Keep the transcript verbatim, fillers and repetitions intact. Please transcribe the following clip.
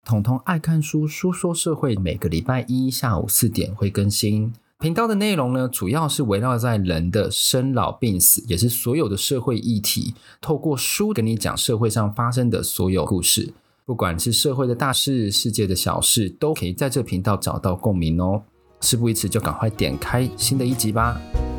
统统爱看书书说社会每个礼拜一下午四点会更新。频道的内容呢，主要是围绕在人的生老病死，也是所有的社会议题，透过书跟你讲社会上发生的所有故事，不管是社会的大事世界的小事，都可以在这频道找到共鸣哦。事不宜迟，就赶快点开新的一集吧。